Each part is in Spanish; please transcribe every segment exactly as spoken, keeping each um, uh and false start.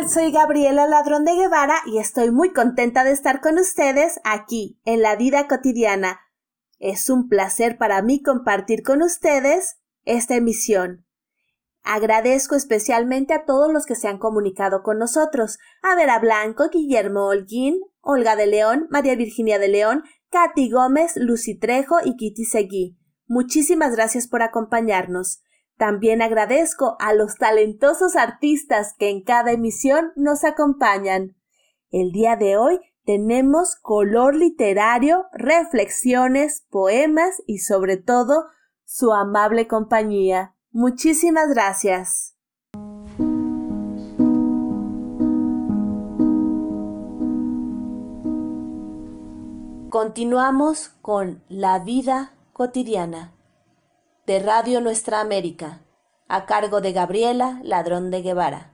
tal? Soy Gabriela Ladrón de Guevara y estoy muy contenta de estar con ustedes aquí, en La Vida Cotidiana. Es un placer para mí compartir con ustedes esta emisión. Agradezco especialmente a todos los que se han comunicado con nosotros: a Vera Blanco, Guillermo Holguín, Olga de León, María Virginia de León, Katy Gómez, Lucy Trejo y Kitty Seguí. Muchísimas gracias por acompañarnos. También agradezco a los talentosos artistas que en cada emisión nos acompañan. El día de hoy tenemos color literario, reflexiones, poemas y sobre todo su amable compañía. Muchísimas gracias. Continuamos con La Vida Cotidiana de Radio Nuestra América, a cargo de Gabriela Ladrón de Guevara.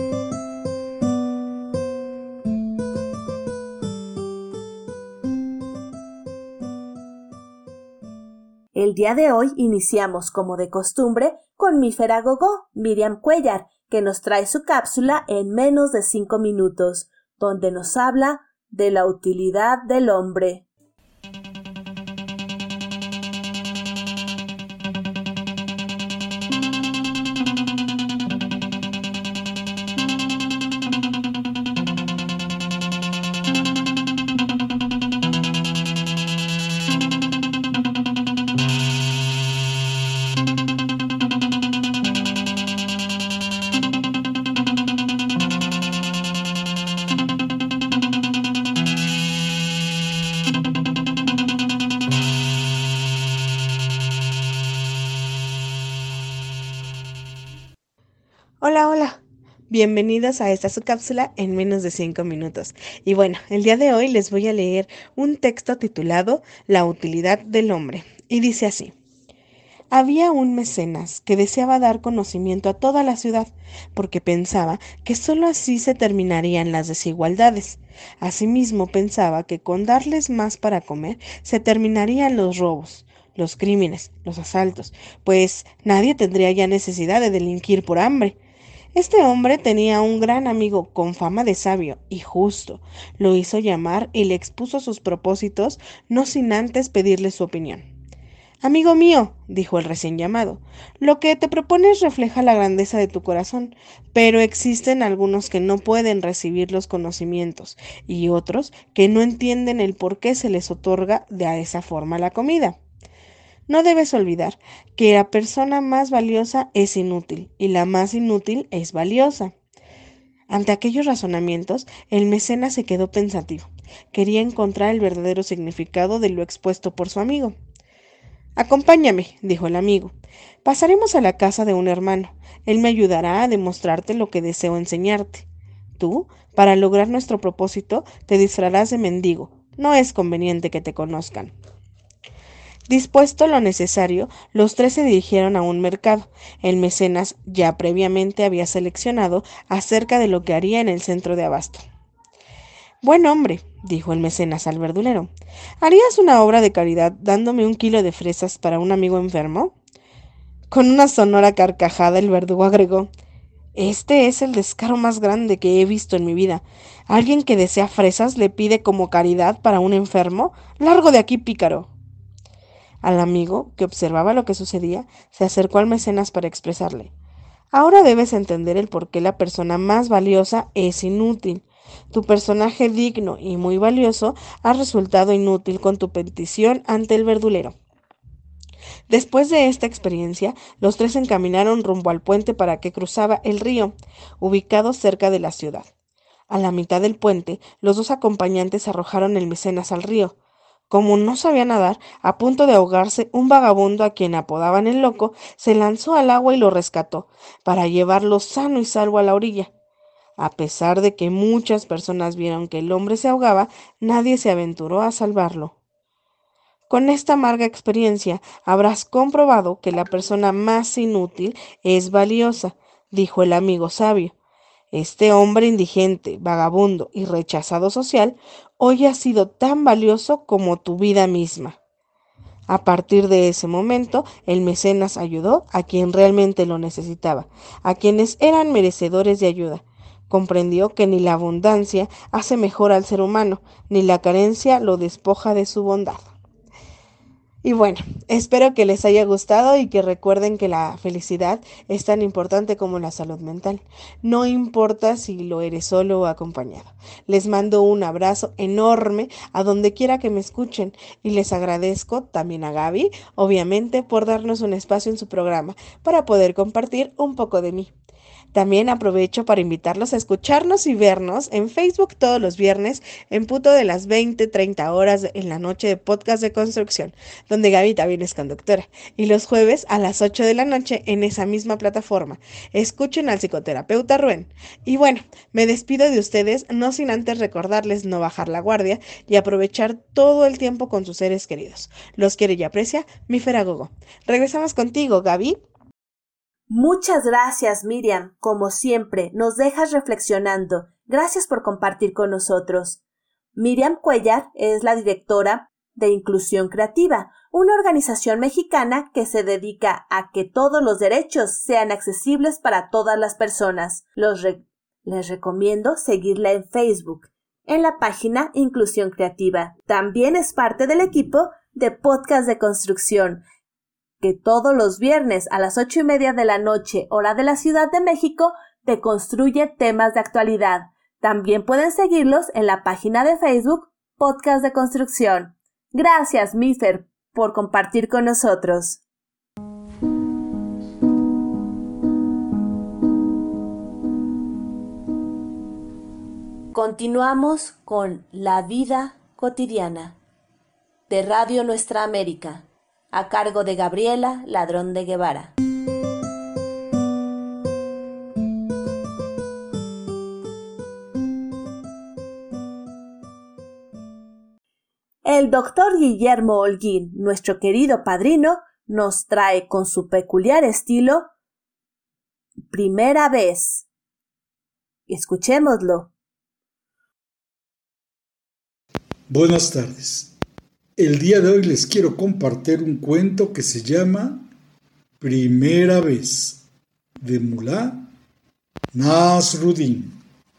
El día de hoy iniciamos, como de costumbre, con Mífera Gogó, Miriam Cuellar, que nos trae su cápsula en menos de cinco minutos, donde nos habla de la utilidad del hombre. Hola, hola. Bienvenidos a esta su cápsula en menos de cinco minutos. Y bueno, el día de hoy les voy a leer un texto titulado La utilidad del hombre. Y dice así: había un mecenas que deseaba dar conocimiento a toda la ciudad, porque pensaba que sólo así se terminarían las desigualdades. Asimismo pensaba que con darles más para comer se terminarían los robos, los crímenes, los asaltos, pues nadie tendría ya necesidad de delinquir por hambre. Este hombre tenía un gran amigo con fama de sabio y justo. Lo hizo llamar y le expuso sus propósitos, no sin antes pedirle su opinión. Amigo mío, dijo el recién llamado, lo que te propones refleja la grandeza de tu corazón, pero existen algunos que no pueden recibir los conocimientos y otros que no entienden el por qué se les otorga de esa forma la comida. No debes olvidar que la persona más valiosa es inútil y la más inútil es valiosa. Ante aquellos razonamientos, el mecenas se quedó pensativo. Quería encontrar el verdadero significado de lo expuesto por su amigo. Acompáñame, dijo el amigo. Pasaremos a la casa de un hermano. Él me ayudará a demostrarte lo que deseo enseñarte. Tú, para lograr nuestro propósito, te disfrazarás de mendigo. No es conveniente que te conozcan. Dispuesto lo necesario, los tres se dirigieron a un mercado. El mecenas ya previamente había seleccionado acerca de lo que haría en el centro de abasto. Buen hombre, dijo el mecenas al verdulero, ¿harías una obra de caridad dándome un kilo de fresas para un amigo enfermo? Con una sonora carcajada el verdugo agregó: este es el descaro más grande que he visto en mi vida. ¿Alguien que desea fresas le pide como caridad para un enfermo? ¡Largo de aquí, pícaro! Al amigo, que observaba lo que sucedía, se acercó al mecenas para expresarle: ahora debes entender el por qué la persona más valiosa es inútil. Tu personaje digno y muy valioso ha resultado inútil con tu petición ante el verdulero. Después de esta experiencia, los tres se encaminaron rumbo al puente para que cruzaba el río, ubicado cerca de la ciudad. A la mitad del puente, los dos acompañantes arrojaron el mecenas al río. Como no sabía nadar, a punto de ahogarse, un vagabundo a quien apodaban el loco se lanzó al agua y lo rescató, para llevarlo sano y salvo a la orilla. A pesar de que muchas personas vieron que el hombre se ahogaba, nadie se aventuró a salvarlo. Con esta amarga experiencia habrás comprobado que la persona más inútil es valiosa, dijo el amigo sabio. Este hombre indigente, vagabundo y rechazado social, hoy ha sido tan valioso como tu vida misma. A partir de ese momento, el mecenas ayudó a quien realmente lo necesitaba, a quienes eran merecedores de ayuda. Comprendió que ni la abundancia hace mejor al ser humano, ni la carencia lo despoja de su bondad. Y bueno, espero que les haya gustado y que recuerden que la felicidad es tan importante como la salud mental. No importa si lo eres solo o acompañado. Les mando un abrazo enorme a donde quiera que me escuchen y les agradezco también a Gaby, obviamente, por darnos un espacio en su programa para poder compartir un poco de mí. También aprovecho para invitarlos a escucharnos y vernos en Facebook todos los viernes en punto de las veinte, treinta horas en la noche de Podcast de Construcción, donde Gaby también es conductora, y los jueves a las ocho de la noche en esa misma plataforma. Escuchen al psicoterapeuta Ruen. Y bueno, me despido de ustedes, no sin antes recordarles no bajar la guardia y aprovechar todo el tiempo con sus seres queridos. Los quiere y aprecia mi Feragogo. Regresamos contigo, Gaby. Muchas gracias, Miriam. Como siempre, nos dejas reflexionando. Gracias por compartir con nosotros. Miriam Cuellar es la directora de Inclusión Creativa, una organización mexicana que se dedica a que todos los derechos sean accesibles para todas las personas. Los re- les recomiendo seguirla en Facebook, en la página Inclusión Creativa. También es parte del equipo de Podcast de Construcción, que todos los viernes a las ocho y media de la noche, hora de la Ciudad de México, te construye temas de actualidad. También pueden seguirlos en la página de Facebook Podcast de Construcción. Gracias, Mifer, por compartir con nosotros. Continuamos con La Vida Cotidiana, de Radio Nuestra América, a cargo de Gabriela Ladrón de Guevara. El doctor Guillermo Holguín, nuestro querido padrino, nos trae con su peculiar estilo Primera vez. Escuchémoslo. Buenas tardes. El día de hoy les quiero compartir un cuento que se llama Primera vez, de Mulá Nasruddin.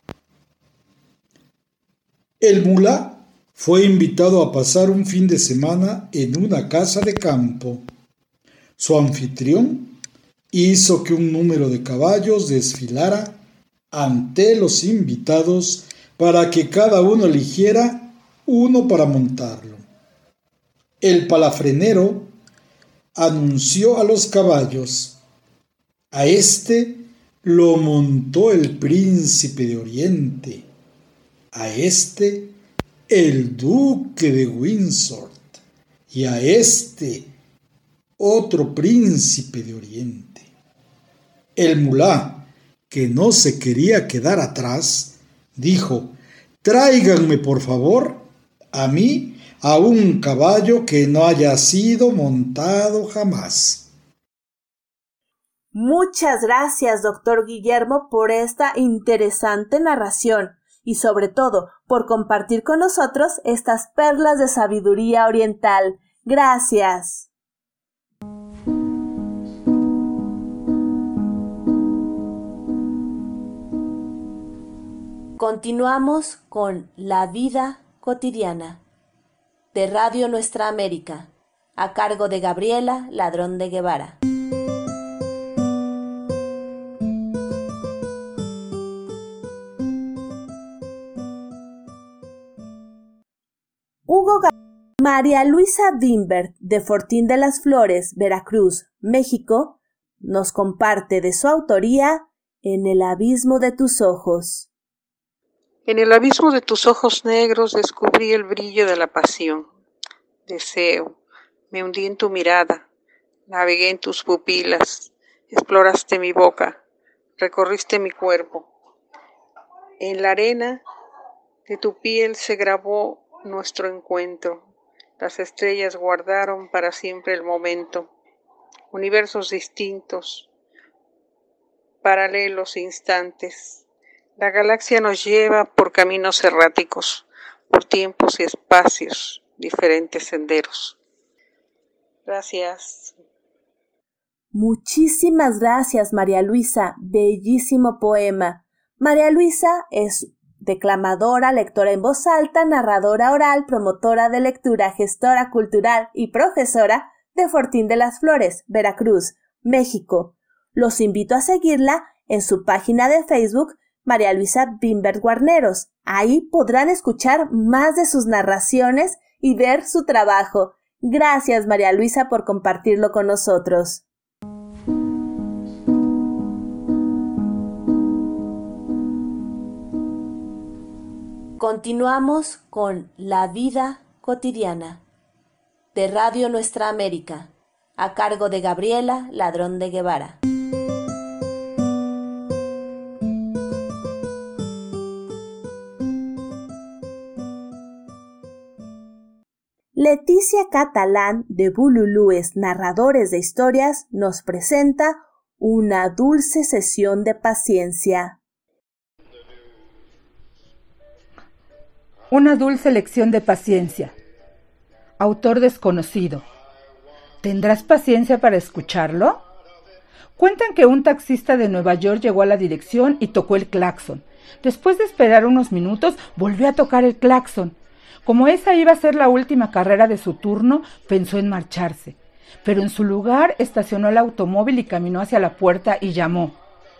El mulá fue invitado a pasar un fin de semana en una casa de campo. Su anfitrión hizo que un número de caballos desfilara ante los invitados para que cada uno eligiera uno para montarlo. El palafrenero anunció a los caballos: a este lo montó el príncipe de Oriente, a este el duque de Windsor y a este otro príncipe de Oriente. El mulá, que no se quería quedar atrás, dijo: tráiganme por favor a mí a un caballo que no haya sido montado jamás. Muchas gracias, doctor Guillermo, por esta interesante narración y sobre todo por compartir con nosotros estas perlas de sabiduría oriental. Gracias. Continuamos con La Vida Cotidiana, de Radio Nuestra América, a cargo de Gabriela Ladrón de Guevara. Hugo Ga- María Luisa Dimbert, de Fortín de las Flores, Veracruz, México, nos comparte de su autoría En el abismo de tus ojos. En el abismo de tus ojos negros descubrí el brillo de la pasión. Deseo, me hundí en tu mirada, navegué en tus pupilas, exploraste mi boca, recorriste mi cuerpo. En la arena de tu piel se grabó nuestro encuentro. Las estrellas guardaron para siempre el momento. Universos distintos, paralelos instantes. La galaxia nos lleva por caminos erráticos, por tiempos y espacios, diferentes senderos. Gracias. Muchísimas gracias, María Luisa. Bellísimo poema. María Luisa es declamadora, lectora en voz alta, narradora oral, promotora de lectura, gestora cultural y profesora de Fortín de las Flores, Veracruz, México. Los invito a seguirla en su página de Facebook, María Luisa Bimbert Guarneros. Ahí podrán escuchar más de sus narraciones y ver su trabajo. Gracias, María Luisa, por compartirlo con nosotros. Continuamos con La Vida Cotidiana, de Radio Nuestra América, a cargo de Gabriela Ladrón de Guevara. Leticia Catalán, de Bululúes Narradores de Historias, nos presenta una dulce sesión de paciencia. Una dulce lección de paciencia. Autor desconocido. ¿Tendrás paciencia para escucharlo? Cuentan que un taxista de Nueva York llegó a la dirección y tocó el claxon. Después de esperar unos minutos, volvió a tocar el claxon. Como esa iba a ser la última carrera de su turno, pensó en marcharse. Pero en su lugar estacionó el automóvil y caminó hacia la puerta y llamó.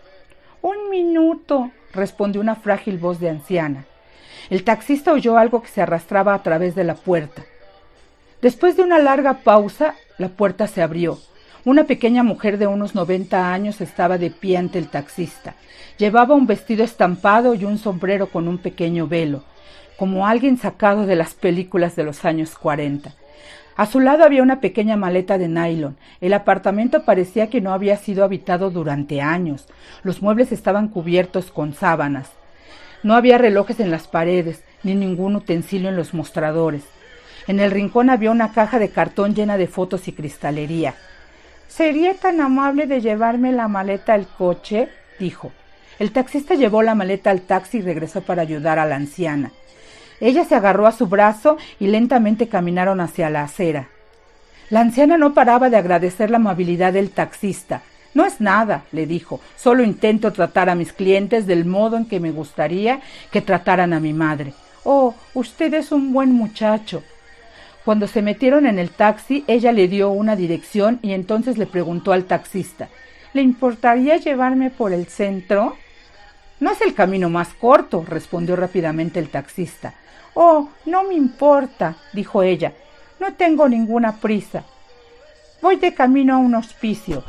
«Un minuto», respondió una frágil voz de anciana. El taxista oyó algo que se arrastraba a través de la puerta. Después de una larga pausa, la puerta se abrió. Una pequeña mujer de unos noventa años estaba de pie ante el taxista. Llevaba un vestido estampado y un sombrero con un pequeño velo, como alguien sacado de las películas de los años cuarenta. A su lado había una pequeña maleta de nylon. El apartamento parecía que no había sido habitado durante años. Los muebles estaban cubiertos con sábanas. No había relojes en las paredes, ni ningún utensilio en los mostradores. En el rincón había una caja de cartón llena de fotos y cristalería. «¿Sería tan amable de llevarme la maleta al coche?», dijo. El taxista llevó la maleta al taxi y regresó para ayudar a la anciana. Ella se agarró a su brazo y lentamente caminaron hacia la acera. La anciana no paraba de agradecer la amabilidad del taxista. «No es nada», le dijo, «solo intento tratar a mis clientes del modo en que me gustaría que trataran a mi madre». «Oh, usted es un buen muchacho». Cuando se metieron en el taxi, ella le dio una dirección y entonces le preguntó al taxista, «¿Le importaría llevarme por el centro?» «No es el camino más corto», respondió rápidamente el taxista. «Oh, no me importa», dijo ella, «no tengo ninguna prisa. Voy de camino a un hospicio».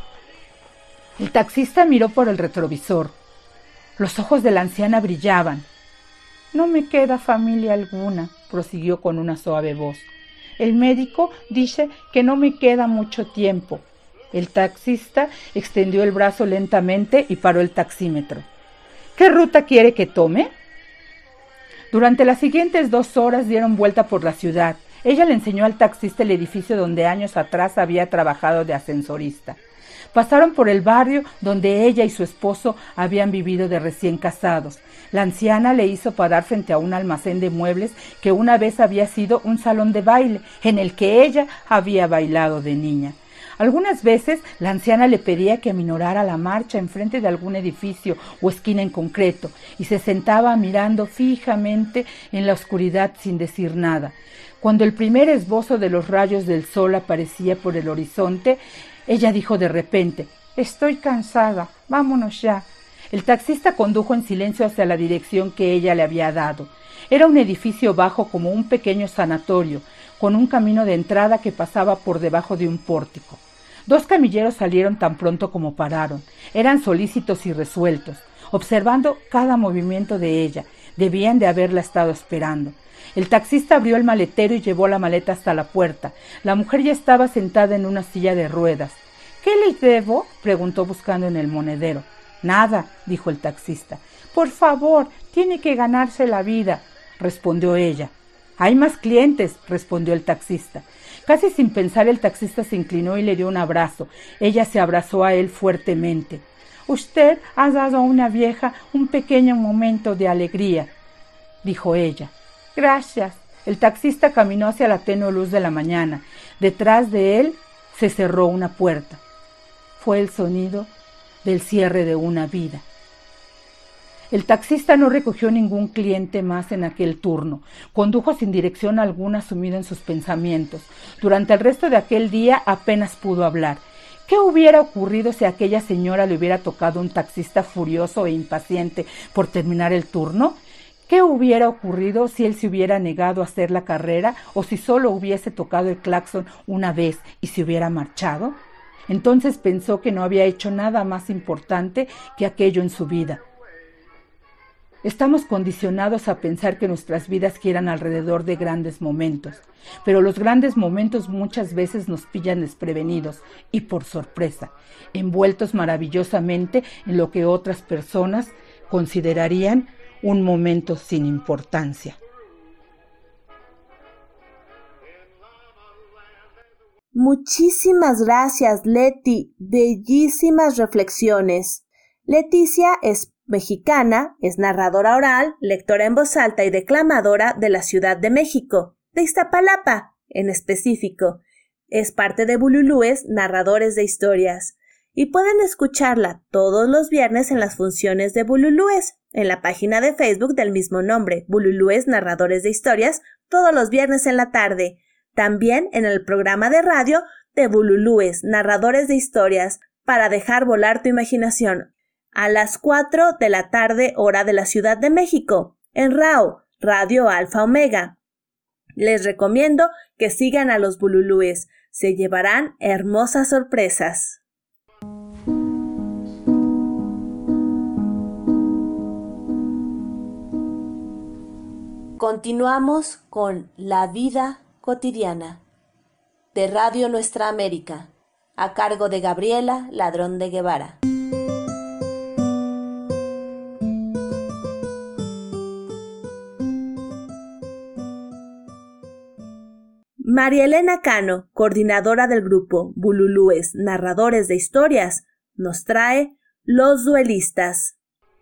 El taxista miró por el retrovisor. Los ojos de la anciana brillaban. «No me queda familia alguna», prosiguió con una suave voz. «El médico dice que no me queda mucho tiempo». El taxista extendió el brazo lentamente y paró el taxímetro. «¿Qué ruta quiere que tome?» Durante las siguientes dos horas dieron vuelta por la ciudad. Ella le enseñó al taxista el edificio donde años atrás había trabajado de ascensorista. Pasaron por el barrio donde ella y su esposo habían vivido de recién casados. La anciana le hizo parar frente a un almacén de muebles que una vez había sido un salón de baile en el que ella había bailado de niña. Algunas veces la anciana le pedía que aminorara la marcha enfrente de algún edificio o esquina en concreto y se sentaba mirando fijamente en la oscuridad sin decir nada. Cuando el primer esbozo de los rayos del sol aparecía por el horizonte, ella dijo de repente, «Estoy cansada, vámonos ya». El taxista condujo en silencio hacia la dirección que ella le había dado. Era un edificio bajo como un pequeño sanatorio, con un camino de entrada que pasaba por debajo de un pórtico. Dos camilleros salieron tan pronto como pararon. Eran solícitos y resueltos, observando cada movimiento de ella. Debían de haberla estado esperando. El taxista abrió el maletero y llevó la maleta hasta la puerta. La mujer ya estaba sentada en una silla de ruedas. «¿Qué les debo?», preguntó buscando en el monedero. «Nada», dijo el taxista. «Por favor, tiene que ganarse la vida», respondió ella. «Hay más clientes», respondió el taxista. Casi sin pensar, el taxista se inclinó y le dio un abrazo. Ella se abrazó a él fuertemente. «Usted ha dado a una vieja un pequeño momento de alegría», dijo ella. «Gracias». El taxista caminó hacia la tenue luz de la mañana. Detrás de él se cerró una puerta. Fue el sonido del cierre de una vida. El taxista no recogió ningún cliente más en aquel turno. Condujo sin dirección alguna, sumido en sus pensamientos. Durante el resto de aquel día apenas pudo hablar. ¿Qué hubiera ocurrido si a aquella señora le hubiera tocado un taxista furioso e impaciente por terminar el turno? ¿Qué hubiera ocurrido si él se hubiera negado a hacer la carrera o si solo hubiese tocado el claxon una vez y se hubiera marchado? Entonces pensó que no había hecho nada más importante que aquello en su vida. Estamos condicionados a pensar que nuestras vidas giran alrededor de grandes momentos, pero los grandes momentos muchas veces nos pillan desprevenidos y por sorpresa, envueltos maravillosamente en lo que otras personas considerarían un momento sin importancia. Muchísimas gracias, Leti. Bellísimas reflexiones. Leticia es mexicana, es narradora oral, lectora en voz alta y declamadora de la Ciudad de México, de Iztapalapa en específico. Es parte de Bululúes, narradores de historias. Y pueden escucharla todos los viernes en las funciones de Bululúes, en la página de Facebook del mismo nombre, Bululúes, narradores de historias, todos los viernes en la tarde. También en el programa de radio de Bululúes, narradores de historias, para dejar volar tu imaginación, a las cuatro de la tarde, hora de la Ciudad de México, en R A O, Radio Alfa Omega. Les recomiendo que sigan a los Bululúes, se llevarán hermosas sorpresas. Continuamos con La Vida Cotidiana, de Radio Nuestra América, a cargo de Gabriela Ladrón de Guevara. María Elena Cano, coordinadora del grupo Bululúes, narradores de historias, nos trae Los Duelistas.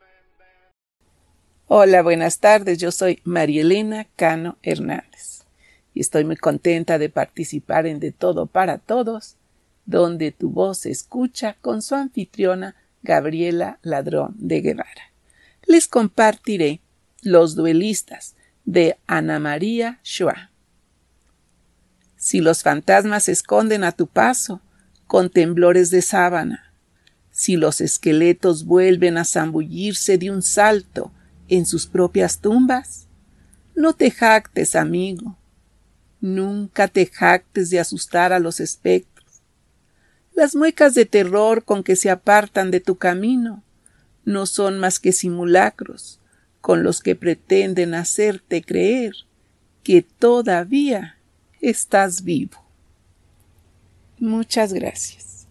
Hola, buenas tardes. Yo soy María Elena Cano Hernández y estoy muy contenta de participar en De Todo para Todos, donde tu voz se escucha, con su anfitriona Gabriela Ladrón de Guevara. Les compartiré Los Duelistas de Ana María Schwa. Si los fantasmas se esconden a tu paso con temblores de sábana, si los esqueletos vuelven a zambullirse de un salto en sus propias tumbas, no te jactes, amigo, nunca te jactes de asustar a los espectros. Las muecas de terror con que se apartan de tu camino no son más que simulacros con los que pretenden hacerte creer que todavía estás vivo. Muchas gracias.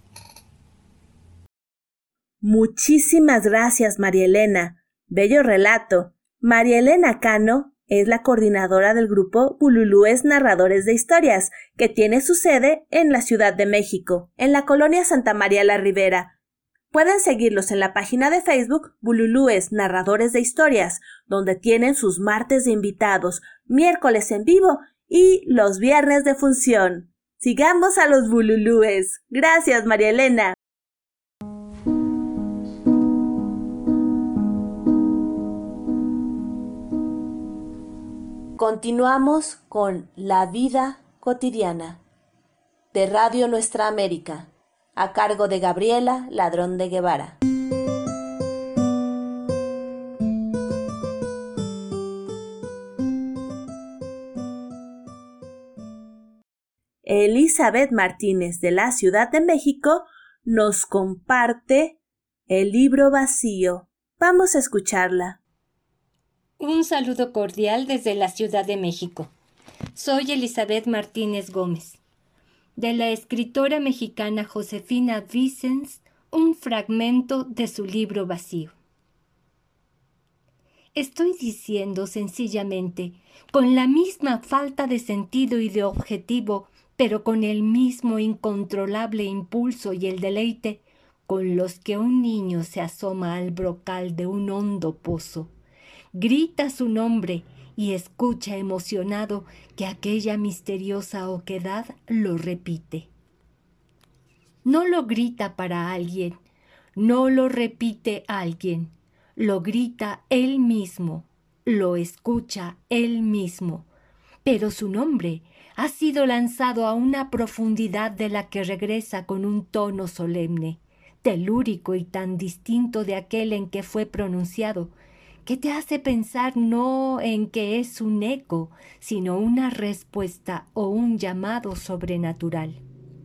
Muchísimas gracias, María Elena. Bello relato. María Elena Cano es la coordinadora del grupo Bululúes Narradores de Historias, que tiene su sede en la Ciudad de México, en la colonia Santa María la Ribera. Pueden seguirlos en la página de Facebook Bululúes Narradores de Historias, donde tienen sus martes de invitados, miércoles en vivo y los viernes de función. Sigamos a los Bululúes. Gracias, María Elena. Continuamos con La Vida Cotidiana, de Radio Nuestra América, a cargo de Gabriela Ladrón de Guevara. Elizabeth Martínez, de la Ciudad de México, nos comparte El libro vacío. Vamos a escucharla. Un saludo cordial desde la Ciudad de México. Soy Elizabeth Martínez Gómez. De la escritora mexicana Josefina Vicens, un fragmento de su libro vacío. Estoy diciendo sencillamente, con la misma falta de sentido y de objetivo, pero con el mismo incontrolable impulso y el deleite con los que un niño se asoma al brocal de un hondo pozo, grita su nombre y escucha emocionado que aquella misteriosa oquedad lo repite. No lo grita para alguien, no lo repite alguien, lo grita él mismo, lo escucha él mismo, pero su nombre ha sido lanzado a una profundidad de la que regresa con un tono solemne, telúrico y tan distinto de aquel en que fue pronunciado, que te hace pensar no en que es un eco, sino una respuesta o un llamado sobrenatural.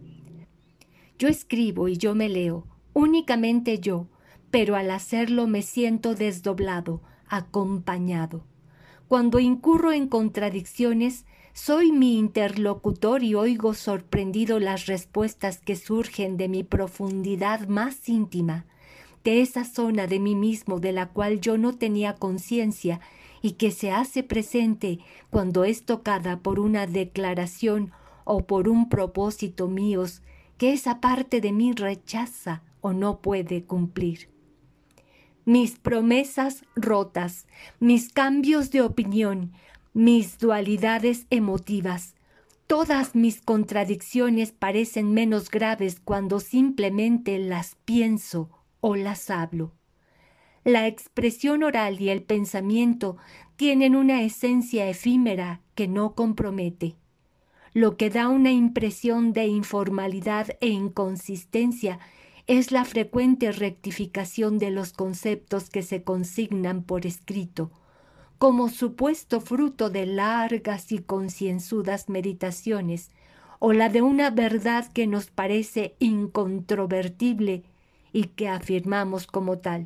Yo escribo y yo me leo, únicamente yo, pero al hacerlo me siento desdoblado, acompañado. Cuando incurro en contradicciones, soy mi interlocutor y oigo sorprendido las respuestas que surgen de mi profundidad más íntima, de esa zona de mí mismo de la cual yo no tenía conciencia y que se hace presente cuando es tocada por una declaración o por un propósito míos que esa parte de mí rechaza o no puede cumplir. Mis promesas rotas, mis cambios de opinión, mis dualidades emotivas, todas mis contradicciones parecen menos graves cuando simplemente las pienso o las hablo. La expresión oral y el pensamiento tienen una esencia efímera que no compromete. Lo que da una impresión de informalidad e inconsistencia es la frecuente rectificación de los conceptos que se consignan por escrito, como supuesto fruto de largas y concienzudas meditaciones, o la de una verdad que nos parece incontrovertible y que afirmamos como tal.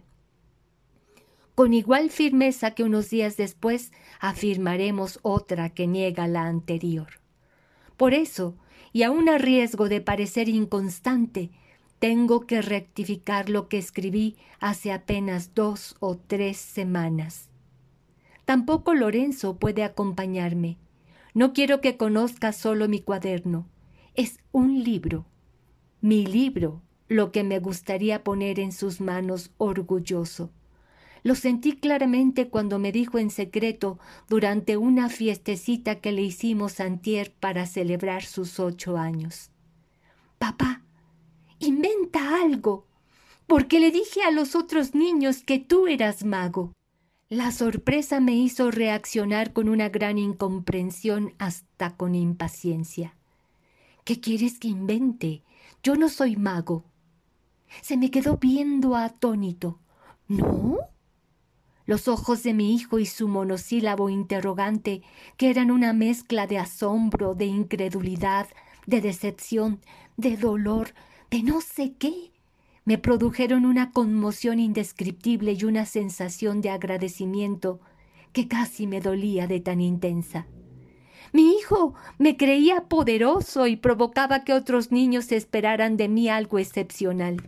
Con igual firmeza que unos días después afirmaremos otra que niega la anterior. Por eso, y aun a riesgo de parecer inconstante, tengo que rectificar lo que escribí hace apenas dos o tres semanas. Tampoco Lorenzo puede acompañarme. No quiero que conozca solo mi cuaderno. Es un libro. Mi libro, lo que me gustaría poner en sus manos orgulloso. Lo sentí claramente cuando me dijo en secreto durante una fiestecita que le hicimos antier para celebrar sus ocho años. Papá, inventa algo, porque le dije a los otros niños que tú eras mago. La sorpresa me hizo reaccionar con una gran incomprensión hasta con impaciencia. ¿Qué quieres que invente? Yo no soy mago. Se me quedó viendo atónito. ¿No? Los ojos de mi hijo y su monosílabo interrogante, que eran una mezcla de asombro, de incredulidad, de decepción, de dolor, de no sé qué, me produjeron una conmoción indescriptible y una sensación de agradecimiento que casi me dolía de tan intensa. Mi hijo me creía poderoso y provocaba que otros niños esperaran de mí algo excepcional.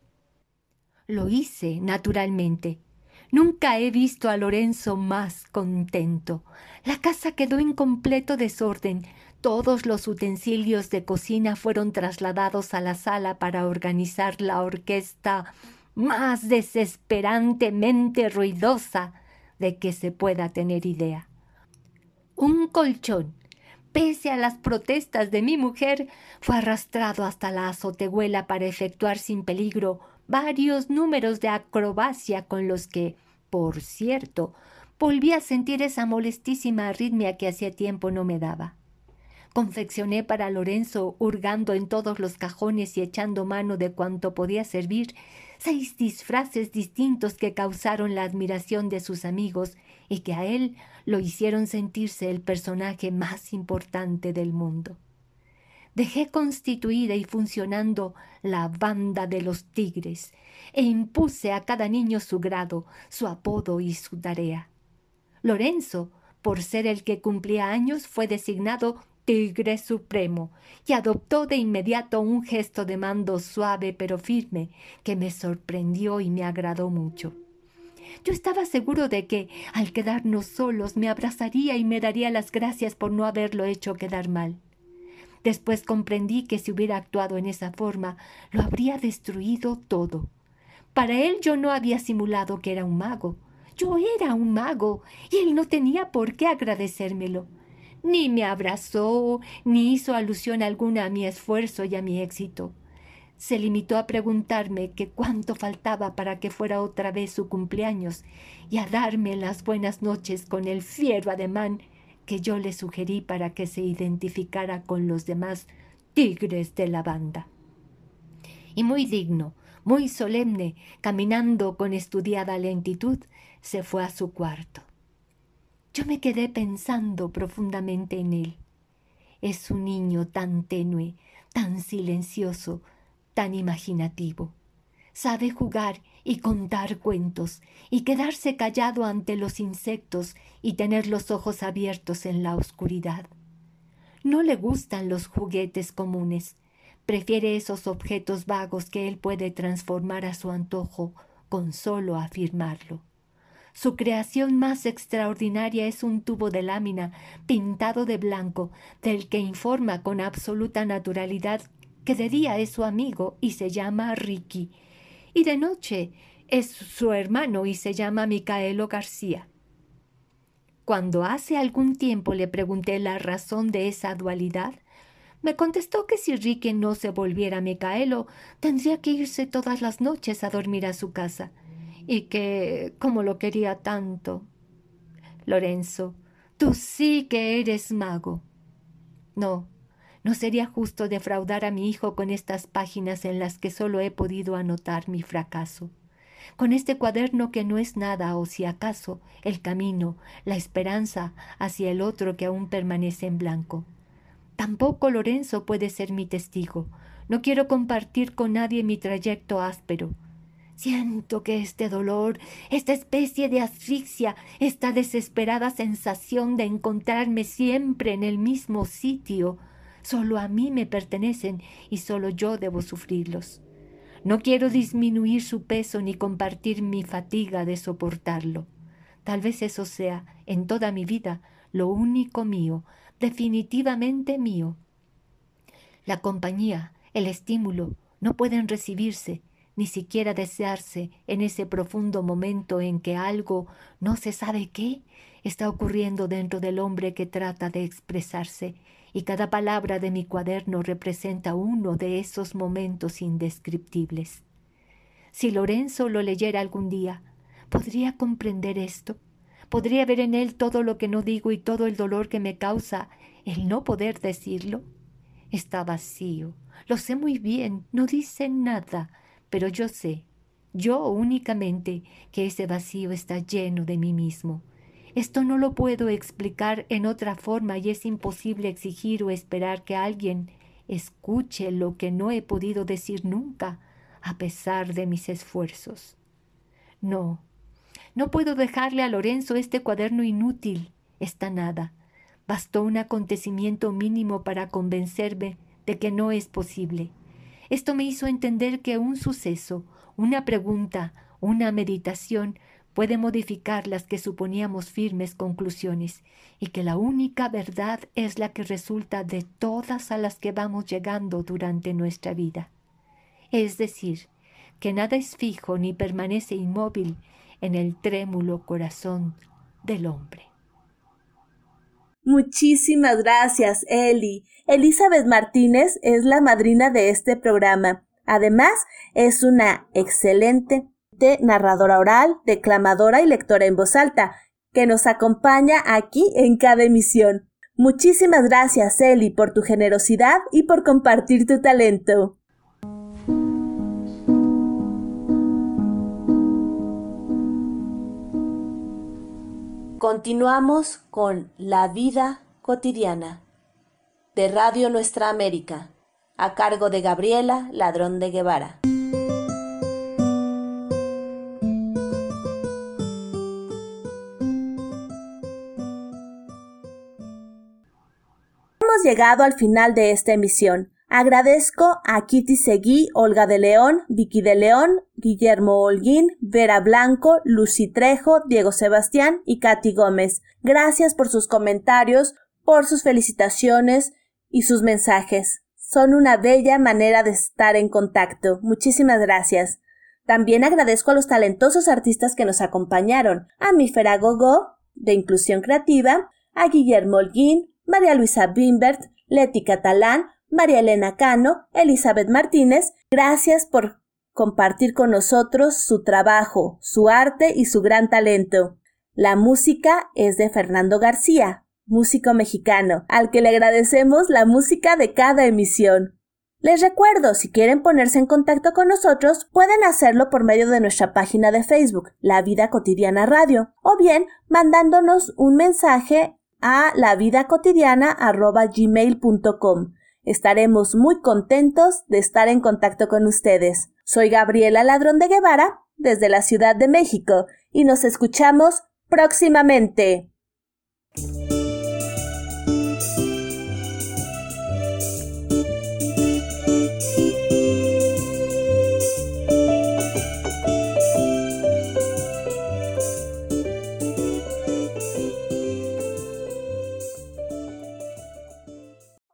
Lo hice, naturalmente. Nunca he visto a Lorenzo más contento. La casa quedó en completo desorden. Todos los utensilios de cocina fueron trasladados a la sala para organizar la orquesta más desesperantemente ruidosa de que se pueda tener idea. Un colchón, pese a las protestas de mi mujer, fue arrastrado hasta la azotehuela para efectuar sin peligro varios números de acrobacia con los que, por cierto, volví a sentir esa molestísima arritmia que hacía tiempo no me daba. Confeccioné para Lorenzo, hurgando en todos los cajones y echando mano de cuanto podía servir, seis disfraces distintos que causaron la admiración de sus amigos y que a él lo hicieron sentirse el personaje más importante del mundo. Dejé constituida y funcionando la banda de los tigres e impuse a cada niño su grado, su apodo y su tarea. Lorenzo, por ser el que cumplía años, fue designado Tigre Supremo y adoptó de inmediato un gesto de mando suave pero firme que me sorprendió y me agradó mucho. Yo estaba seguro de que, al quedarnos solos, me abrazaría y me daría las gracias por no haberlo hecho quedar mal. Después comprendí que si hubiera actuado en esa forma, lo habría destruido todo. Para él yo no había simulado que era un mago. Yo era un mago y él no tenía por qué agradecérmelo. Ni me abrazó, ni hizo alusión alguna a mi esfuerzo y a mi éxito. se limitó a preguntarme que cuánto faltaba para que fuera otra vez su cumpleaños y a darme las buenas noches con el fiero ademán que yo le sugerí para que se identificara con los demás tigres de la banda. Y muy digno, muy solemne, caminando con estudiada lentitud, se fue a su cuarto. Yo me quedé pensando profundamente en él. Es un niño tan tenue, tan silencioso, tan imaginativo. Sabe jugar y contar cuentos y quedarse callado ante los insectos y tener los ojos abiertos en la oscuridad. No le gustan los juguetes comunes. Prefiere esos objetos vagos que él puede transformar a su antojo con solo afirmarlo. Su creación más extraordinaria es un tubo de lámina pintado de blanco, del que informa con absoluta naturalidad que de día es su amigo y se llama Ricky, y de noche es su hermano y se llama Micaelo García. Cuando hace algún tiempo le pregunté la razón de esa dualidad, me contestó que si Ricky no se volviera Micaelo, tendría que irse todas las noches a dormir a su casa, y que, como lo quería tanto. Lorenzo, tú sí que eres mago. No, no sería justo defraudar a mi hijo con estas páginas en las que solo he podido anotar mi fracaso. Con este cuaderno que no es nada, o si acaso, el camino, la esperanza hacia el otro que aún permanece en blanco. Tampoco Lorenzo puede ser mi testigo. No quiero compartir con nadie mi trayecto áspero. Siento que este dolor, esta especie de asfixia, esta desesperada sensación de encontrarme siempre en el mismo sitio, solo a mí me pertenecen y solo yo debo sufrirlos. No quiero disminuir su peso ni compartir mi fatiga de soportarlo. Tal vez eso sea, en toda mi vida, lo único mío, definitivamente mío. La compañía, el estímulo, no pueden recibirse, ni siquiera desearse en ese profundo momento en que algo, no se sabe qué, está ocurriendo dentro del hombre que trata de expresarse, y cada palabra de mi cuaderno representa uno de esos momentos indescriptibles. Si Lorenzo lo leyera algún día, ¿podría comprender esto? ¿Podría ver en él todo lo que no digo y todo el dolor que me causa el no poder decirlo? Está vacío, lo sé muy bien, no dice nada, pero yo sé, yo únicamente, que ese vacío está lleno de mí mismo. Esto no lo puedo explicar en otra forma y es imposible exigir o esperar que alguien escuche lo que no he podido decir nunca, a pesar de mis esfuerzos. No, no puedo dejarle a Lorenzo este cuaderno inútil, esta nada. Bastó un acontecimiento mínimo para convencerme de que no es posible. Esto me hizo entender que un suceso, una pregunta, una meditación puede modificar las que suponíamos firmes conclusiones y que la única verdad es la que resulta de todas a las que vamos llegando durante nuestra vida. Es decir, que nada es fijo ni permanece inmóvil en el trémulo corazón del hombre. Muchísimas gracias, Eli. Elizabeth Martínez es la madrina de este programa. Además, es una excelente narradora oral, declamadora y lectora en voz alta, que nos acompaña aquí en cada emisión. Muchísimas gracias, Eli, por tu generosidad y por compartir tu talento. Continuamos con La Vida Cotidiana, de Radio Nuestra América, a cargo de Gabriela Ladrón de Guevara. Hemos llegado al final de esta emisión. Agradezco a Kitty Seguí, Olga de León, Vicky de León, Guillermo Holguín, Vera Blanco, Lucy Trejo, Diego Sebastián y Katy Gómez. Gracias por sus comentarios, por sus felicitaciones y sus mensajes. Son una bella manera de estar en contacto. Muchísimas gracias. También agradezco a los talentosos artistas que nos acompañaron, a Mífera Gogó, de Inclusión Creativa, a Guillermo Holguín, María Luisa Bimbert, Leti Catalán, María Elena Cano, Elizabeth Martínez, gracias por compartir con nosotros su trabajo, su arte y su gran talento. La música es de Fernando García, músico mexicano, al que le agradecemos la música de cada emisión. Les recuerdo, si quieren ponerse en contacto con nosotros, pueden hacerlo por medio de nuestra página de Facebook, La Vida Cotidiana Radio, o bien mandándonos un mensaje a lavidacotidiana arroba gmail punto com. Estaremos muy contentos de estar en contacto con ustedes. Soy Gabriela Ladrón de Guevara, desde la Ciudad de México, y nos escuchamos próximamente.